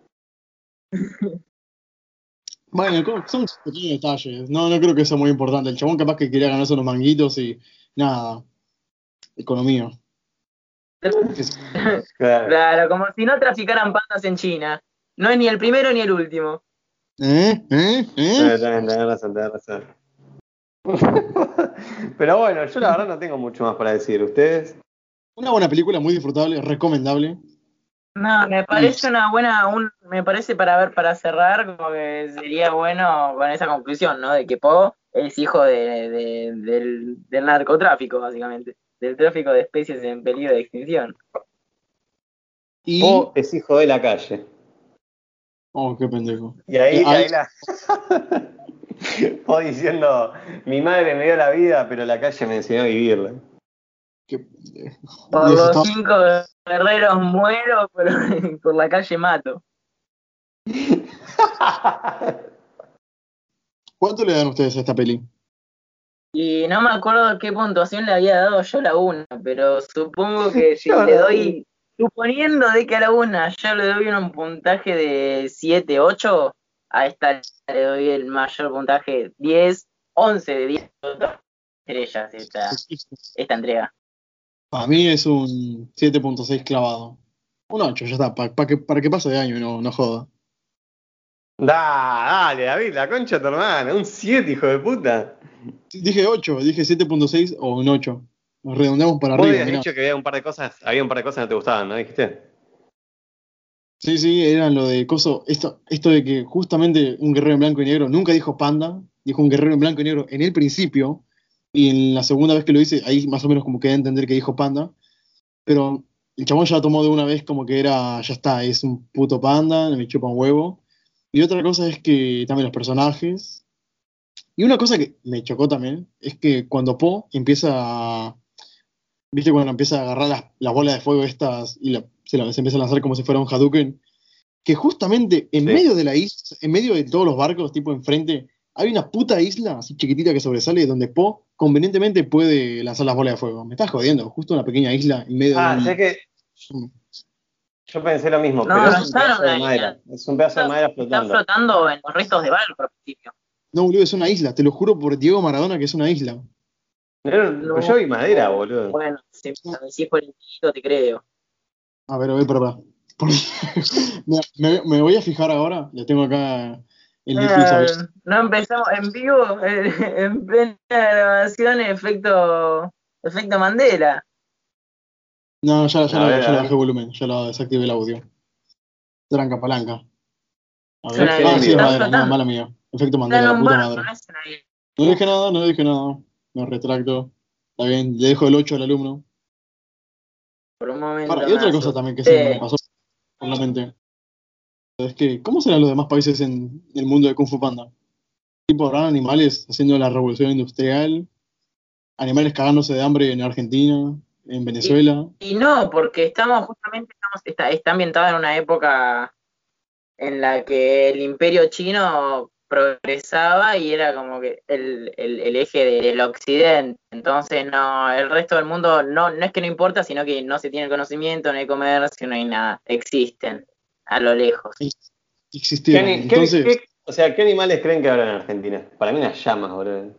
Bueno, co- son pequeños detalles. No, no creo que sea muy importante. El chabón capaz que quería ganarse unos manguitos y nada. Economía. Qué sé Claro. Claro, como si no traficaran pandas en China. No es ni el primero ni el último. ¿Eh? ¿Eh? Eh, ¿Eh? Tenés tenés razón, tenés razón. Pero bueno, yo la verdad no tengo mucho más para decir. ¿Ustedes? Una buena película, muy disfrutable, recomendable. No, me Y parece una buena, un, me parece para ver, para cerrar, como que sería bueno con esa conclusión, ¿no? De que Poe es hijo de, de- del, del narcotráfico, básicamente, del tráfico de especies en peligro de extinción. y Po es hijo de la calle. oh, qué pendejo. Y Eh, ahí, ahí- ahí la. Po diciendo: mi madre me dio la vida, pero la calle me enseñó a vivirla. qué pendejo. Por Y eso los está. cinco guerreros muero, pero por la calle mato. ¿Cuánto le dan ustedes a esta peli? Y no me acuerdo qué puntuación le había dado yo a la una, pero supongo que si Yo le no- doy, suponiendo de que a la una yo le doy un puntaje de siete ocho, a esta le doy el mayor puntaje diez once de diez estrellas esta, esta entrega. Para mí es un siete punto seis clavado. Un ocho, ya está. Pa- pa que, para que pase de año, no, no joda. Da, dale, David, la concha de tu hermana. Un siete, hijo de puta. Sí, dije ocho, dije siete punto seis o un ocho. Nos redondeamos para Vos arriba, habías mirá. dicho que había un par de cosas, había un par de cosas que no te gustaban, ¿no dijiste? Sí, sí, era lo de coso. Esto, esto de que justamente un guerrero en blanco y negro nunca dijo panda, dijo un guerrero en blanco y negro en el principio. Y en la segunda vez que lo dice, ahí más o menos como que da a entender que dijo panda. Pero el chabón ya tomó de una vez como que era, ya está, es un puto panda, me chupa un huevo. Y otra cosa es que también los personajes. Y una cosa que me chocó también es que cuando Po empieza a, ¿viste cuando empieza a agarrar las, las bolas de fuego estas y la- se, la- se empieza a lanzar como si fuera un Hadouken? Que justamente en Sí. medio de la isla, en medio de todos los barcos, tipo enfrente, hay una puta isla así chiquitita que sobresale donde Po convenientemente puede lanzar las bolas de fuego. Me estás jodiendo, justo una pequeña isla en medio de Ah, sé un... que yo pensé lo mismo, No, pero no es un está en pedazo de una madera. isla, Es un pedazo de madera está flotando. flotando en los restos de barco al principio. No, boludo, es una isla, te lo juro por Diego Maradona que es una isla. Pero pues yo No, vi madera, boludo. bueno, si me lo decís por el tiro, te creo. A ver, a ver, para, me, me- me voy a fijar ahora, le tengo acá el Netflix Eh, abierto. no empezamos en vivo, eh, en plena grabación, efecto, efecto Mandela. No, ya, ya, A lo, ver, ya a le bajé ver. volumen, ya lo desactivé el audio. Tranca, palanca. A Es Yo ver. una estoy Ah, en sí, es vivo. está madera, no, flotando. mala mía. Efecto Está Mandela, en la un puta barco, madre. no es una isla. No dije nada, no dije nada. Me retracto. Está bien, le dejo el ocho al alumno. Por un Ahora, momento y me otra cosa también que se me asusté. pasó por la mente. Es que, ¿cómo serán los demás países en el mundo de Kung Fu Panda? Tipo, habrán animales haciendo la revolución industrial, animales cagándose de hambre en Argentina, en Y, Venezuela. y no, porque estamos justamente, estamos, está, está ambientado en una época en la que el imperio chino progresaba y era como que el, el, el eje del occidente. Entonces, no, el resto del mundo no, no es que no importa, sino que no se tiene el conocimiento, no hay comercio, no hay nada. Existen a lo lejos. ¿Qué, Existieron. ani- qué- Entonces, qué- o sea, ¿qué animales creen que habrá en Argentina? Para mí unas llamas, boludo.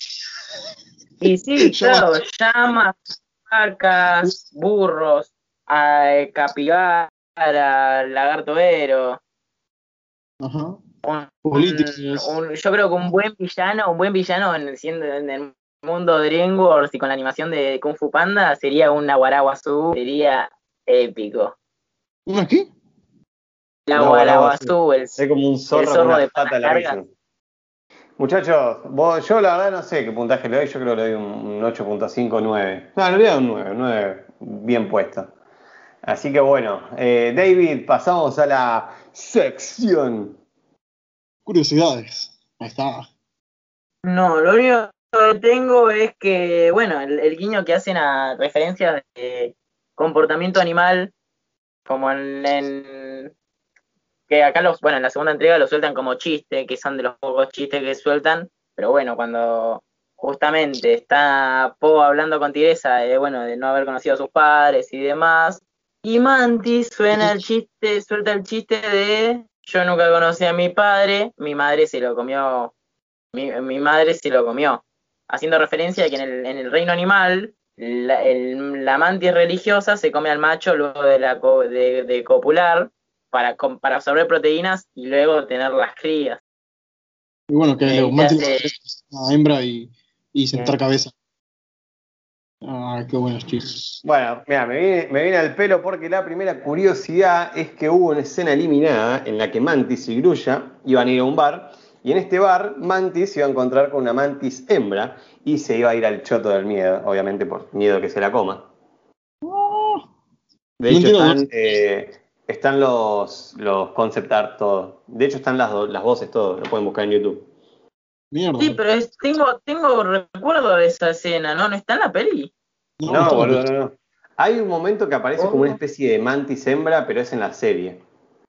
Y sí, llamas. claro, llamas, vacas, burros, eh, capibara, lagarto vero. Ajá. Un, Políticos. un- yo creo que un buen villano, un buen villano en, siendo en el mundo de DreamWorks y con la animación de Kung Fu Panda sería un Naguaraguazú, sería épico. ¿Una qué? Un aguaraguazú. Naguaraguazú, el, Es como un el zorro con zorro unas de patas patas largas. larguísimas. Muchachos, vos- yo la verdad no sé qué puntaje le doy, yo creo que le doy un, un ocho punto cinco, nueve. No, le voy a dar un nueve, un nueve bien puesto. Así que bueno, eh, David, pasamos a la sección. Curiosidades. Ahí está. No, lo único que tengo es que, bueno, el, el guiño que hacen a referencias de comportamiento animal, como en, en- que acá los, bueno, en la segunda entrega lo sueltan como chiste, que son de los pocos chistes que sueltan, pero bueno, cuando justamente está Poe hablando con Tigresa de, bueno, de no haber conocido a sus padres y demás, y Mantis suena el chiste, suelta el chiste de yo nunca conocí a mi padre, mi madre se lo comió, mi, mi madre se lo comió, haciendo referencia a que en el, en el reino animal la, el- la mantis religiosa se come al macho luego de, la, co- de, de copular para, para absorber proteínas y luego tener las crías. Y bueno, que Eh, lo ya mate sé. a hembra y, y sentar cabeza. Ah, qué buenos chistes. Bueno, mira, me viene, me viene al pelo porque la primera curiosidad es que hubo una escena eliminada en la que Mantis y Grulla iban a ir a un bar, y en este bar Mantis se iba a encontrar con una Mantis hembra y se iba a ir al choto del miedo, obviamente por miedo que se la coma. De No hecho, entiendo, ¿no? están, eh, están los, los concept art, todo. De hecho, están las, do- las voces, todo. Lo pueden buscar en YouTube. Mierda. Sí, pero es- tengo, tengo recuerdo de esa escena, ¿no? ¿No está en la peli? No, no No, está en la boludo, no, película. no. Hay un momento que aparece como una Oh. especie de mantis hembra, pero es en la serie.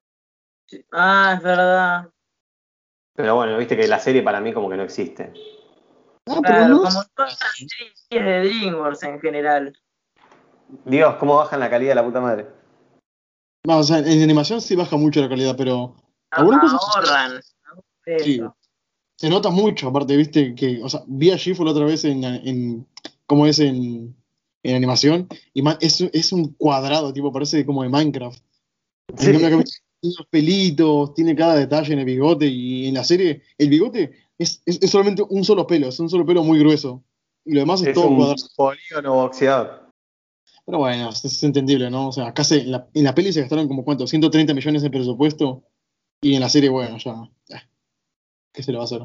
Ah, es verdad. Pero bueno, viste que la serie para mí como que no existe. Ah, pero Claro, no. como todas las series de DreamWorks en general. Dios, cómo bajan la calidad de la puta madre. No, o sea, en animación sí baja mucho la calidad, pero A- algunas cosas ahorran. ¿No? sí. Eso. Se nota mucho, aparte, viste, que, o sea, vi a Shifu la otra vez en, en cómo es en, en animación, y man, es, es un cuadrado, tipo, parece como de Minecraft. En cambio, acá Sí, tiene los pelitos, tiene cada detalle en el bigote, y en la serie, el bigote es, es, es solamente un solo pelo, es un solo pelo muy grueso, y lo demás es es todo un cuadrado. polígono boxeador. Pero bueno, es, es entendible, ¿no? O sea, acá se, en, la, en la peli se gastaron como, ¿cuánto? ciento treinta millones de presupuesto, y en la serie, bueno, ya, eh, ¿qué se le va a hacer?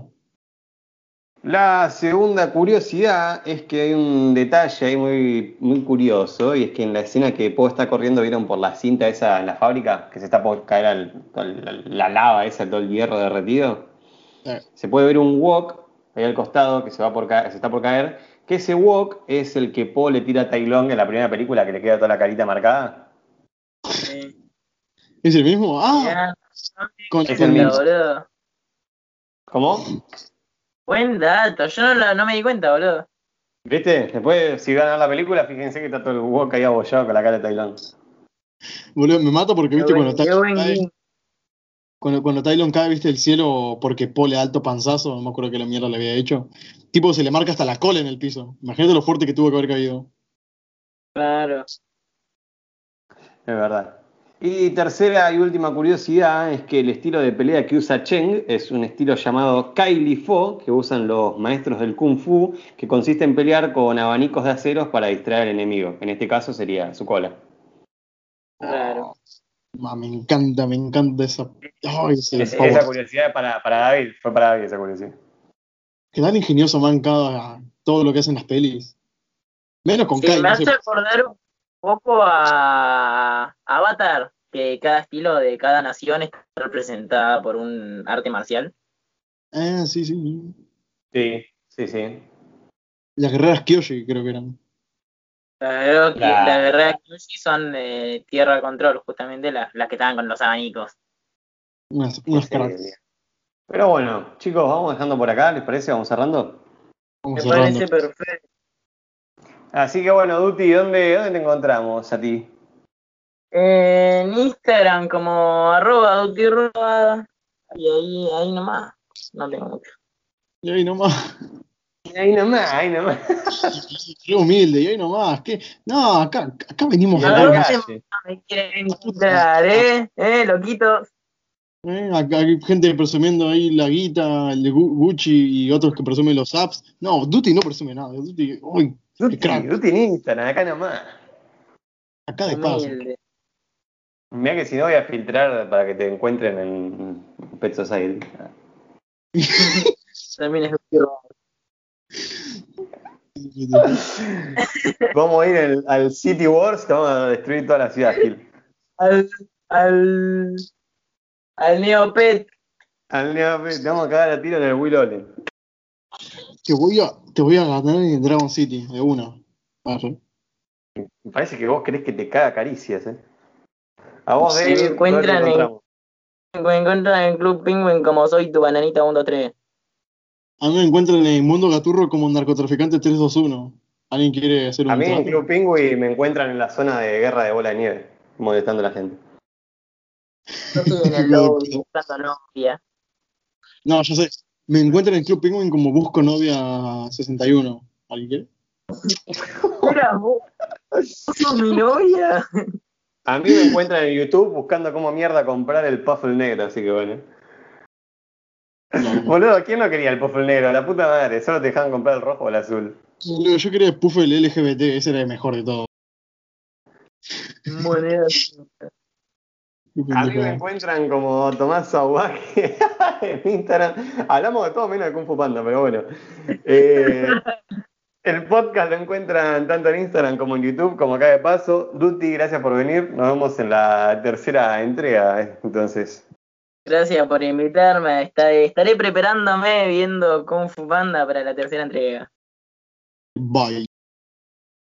La segunda curiosidad es que hay un detalle ahí muy, muy curioso, y es que en la escena que Po está corriendo, ¿vieron por la cinta esa en la fábrica? Que se está por caer al- al- la, la lava esa, todo el hierro derretido. Eh, Se puede ver un wok ahí al costado que se, va por ca- se está por caer, que ese wok es el que Po le tira a Tai Lung en la primera película, que le queda toda la carita marcada. Sí. ¿Es el mismo? ¡Ah! Mirá, no me di Con, Es el cuenta, con, mismo. boludo. ¿Cómo? Buen dato, yo no, la- no me di cuenta, boludo. ¿Viste? Después, si van a ver la película, fíjense que está todo el wok ahí abollado con la cara de Tai Lung. boludo, me mata porque, Qué viste, cuando buen, qué Tylon buen cae, guiño. cuando, cuando Tylon cae, viste, el cielo porque Paul le da alto panzazo, no me acuerdo qué la mierda le había hecho. Tipo, se le marca hasta la cola en el piso. Imagínate lo fuerte que tuvo que haber caído. Claro. Es verdad. Y tercera y última curiosidad es que el estilo de pelea que usa Cheng es un estilo llamado Kai Li Fo, que usan los maestros del Kung Fu, que consiste en pelear con abanicos de aceros para distraer al enemigo. En este caso sería su cola. Claro. Oh, ma, me encanta, me encanta esa. Ay, ese Es- esa power. curiosidad para, para David, fue para David esa curiosidad. Que tan ingenioso man cada todo lo que hacen las pelis. Menos con Sí, Kai, me no sé. hace acordar un poco a Avatar, que cada estilo de cada nación está representada por un arte marcial. Ah, sí, sí. Sí, sí, sí. Las guerreras Kyoshi, creo que eran. Creo que las La, guerreras Kyuubi son de Tierra Control, justamente las, las que estaban con los abanicos. Unas, qué unas serie. cracks. Pero bueno, chicos, vamos dejando por acá, ¿les parece? Vamos cerrando. Vamos Me cerrando. parece perfecto. Así que bueno, Duti, ¿dónde, dónde te encontramos a ti? En Instagram como arroba dutirroba, y ahí, ahí nomás, no tengo mucho. Y ahí nomás. Ahí nomás, ahí nomás. Qué humilde, y ahí nomás. ¿Qué? No, acá, acá venimos Y a en ¿A la hablar. dónde calle. más me quieren A puta encontrar, madre. eh? ¿Eh, loquitos? ¿Eh? Acá hay gente presumiendo ahí la guita, el de Gu- Gucci y otros que presumen los apps. No, Duty no presume nada. Duty, uy, qué Duti, crack. Duti en Instagram, acá nomás. Acá de paso. Humilde. Mirá que si no voy a filtrar para que te encuentren en Pet Society. También es dutirroba. Vamos a ir al, al City Wars, que vamos a destruir toda la ciudad, Gil. Al, al, al Neopet. Al Neopet, te vamos a cagar a tiro en el Will Allen. Te voy a, te voy a ganar en Dragon City, de una. Ah, sí. Me parece que vos querés que te caga caricias, ¿eh? A vos, Me David, ¿dónde te encuentran en, encontramos? me encuentran en Club Penguin como soy tu bananita uno dos tres. A mí me encuentran en el mundo gaturro como narcotraficante tres dos uno. ¿Alguien quiere hacer A un mí en trato? Club Pingüi me encuentran en la zona de guerra de bola de nieve, molestando a la gente. Yo estoy en el Hijo de lobby puta. buscando novia. No, ya sé. Me encuentran en Club Penguin como busco novia sesenta y uno. ¿Alguien quiere? Mira, vos, vos sos mi novia. A mí me encuentran en YouTube buscando cómo mierda comprar el puffle negro, así que bueno. Claro. Boludo, ¿quién no quería el puffle negro? La puta madre, solo te dejaban comprar el rojo o el azul. Yo yo quería el Puffle L G B T, ese era el mejor de todo. Monedas. Qué A mí me pendejada. encuentran como Tomás Sauvaje en Instagram. Hablamos de todo menos de Kung Fu Panda, pero bueno. Eh, el podcast lo encuentran tanto en Instagram como en YouTube, como acá de paso. Duty, gracias por venir. Nos vemos en la tercera entrega, eh, entonces. Gracias por invitarme. Estaré, estaré preparándome viendo Kung Fu Panda para la tercera entrega. Bye.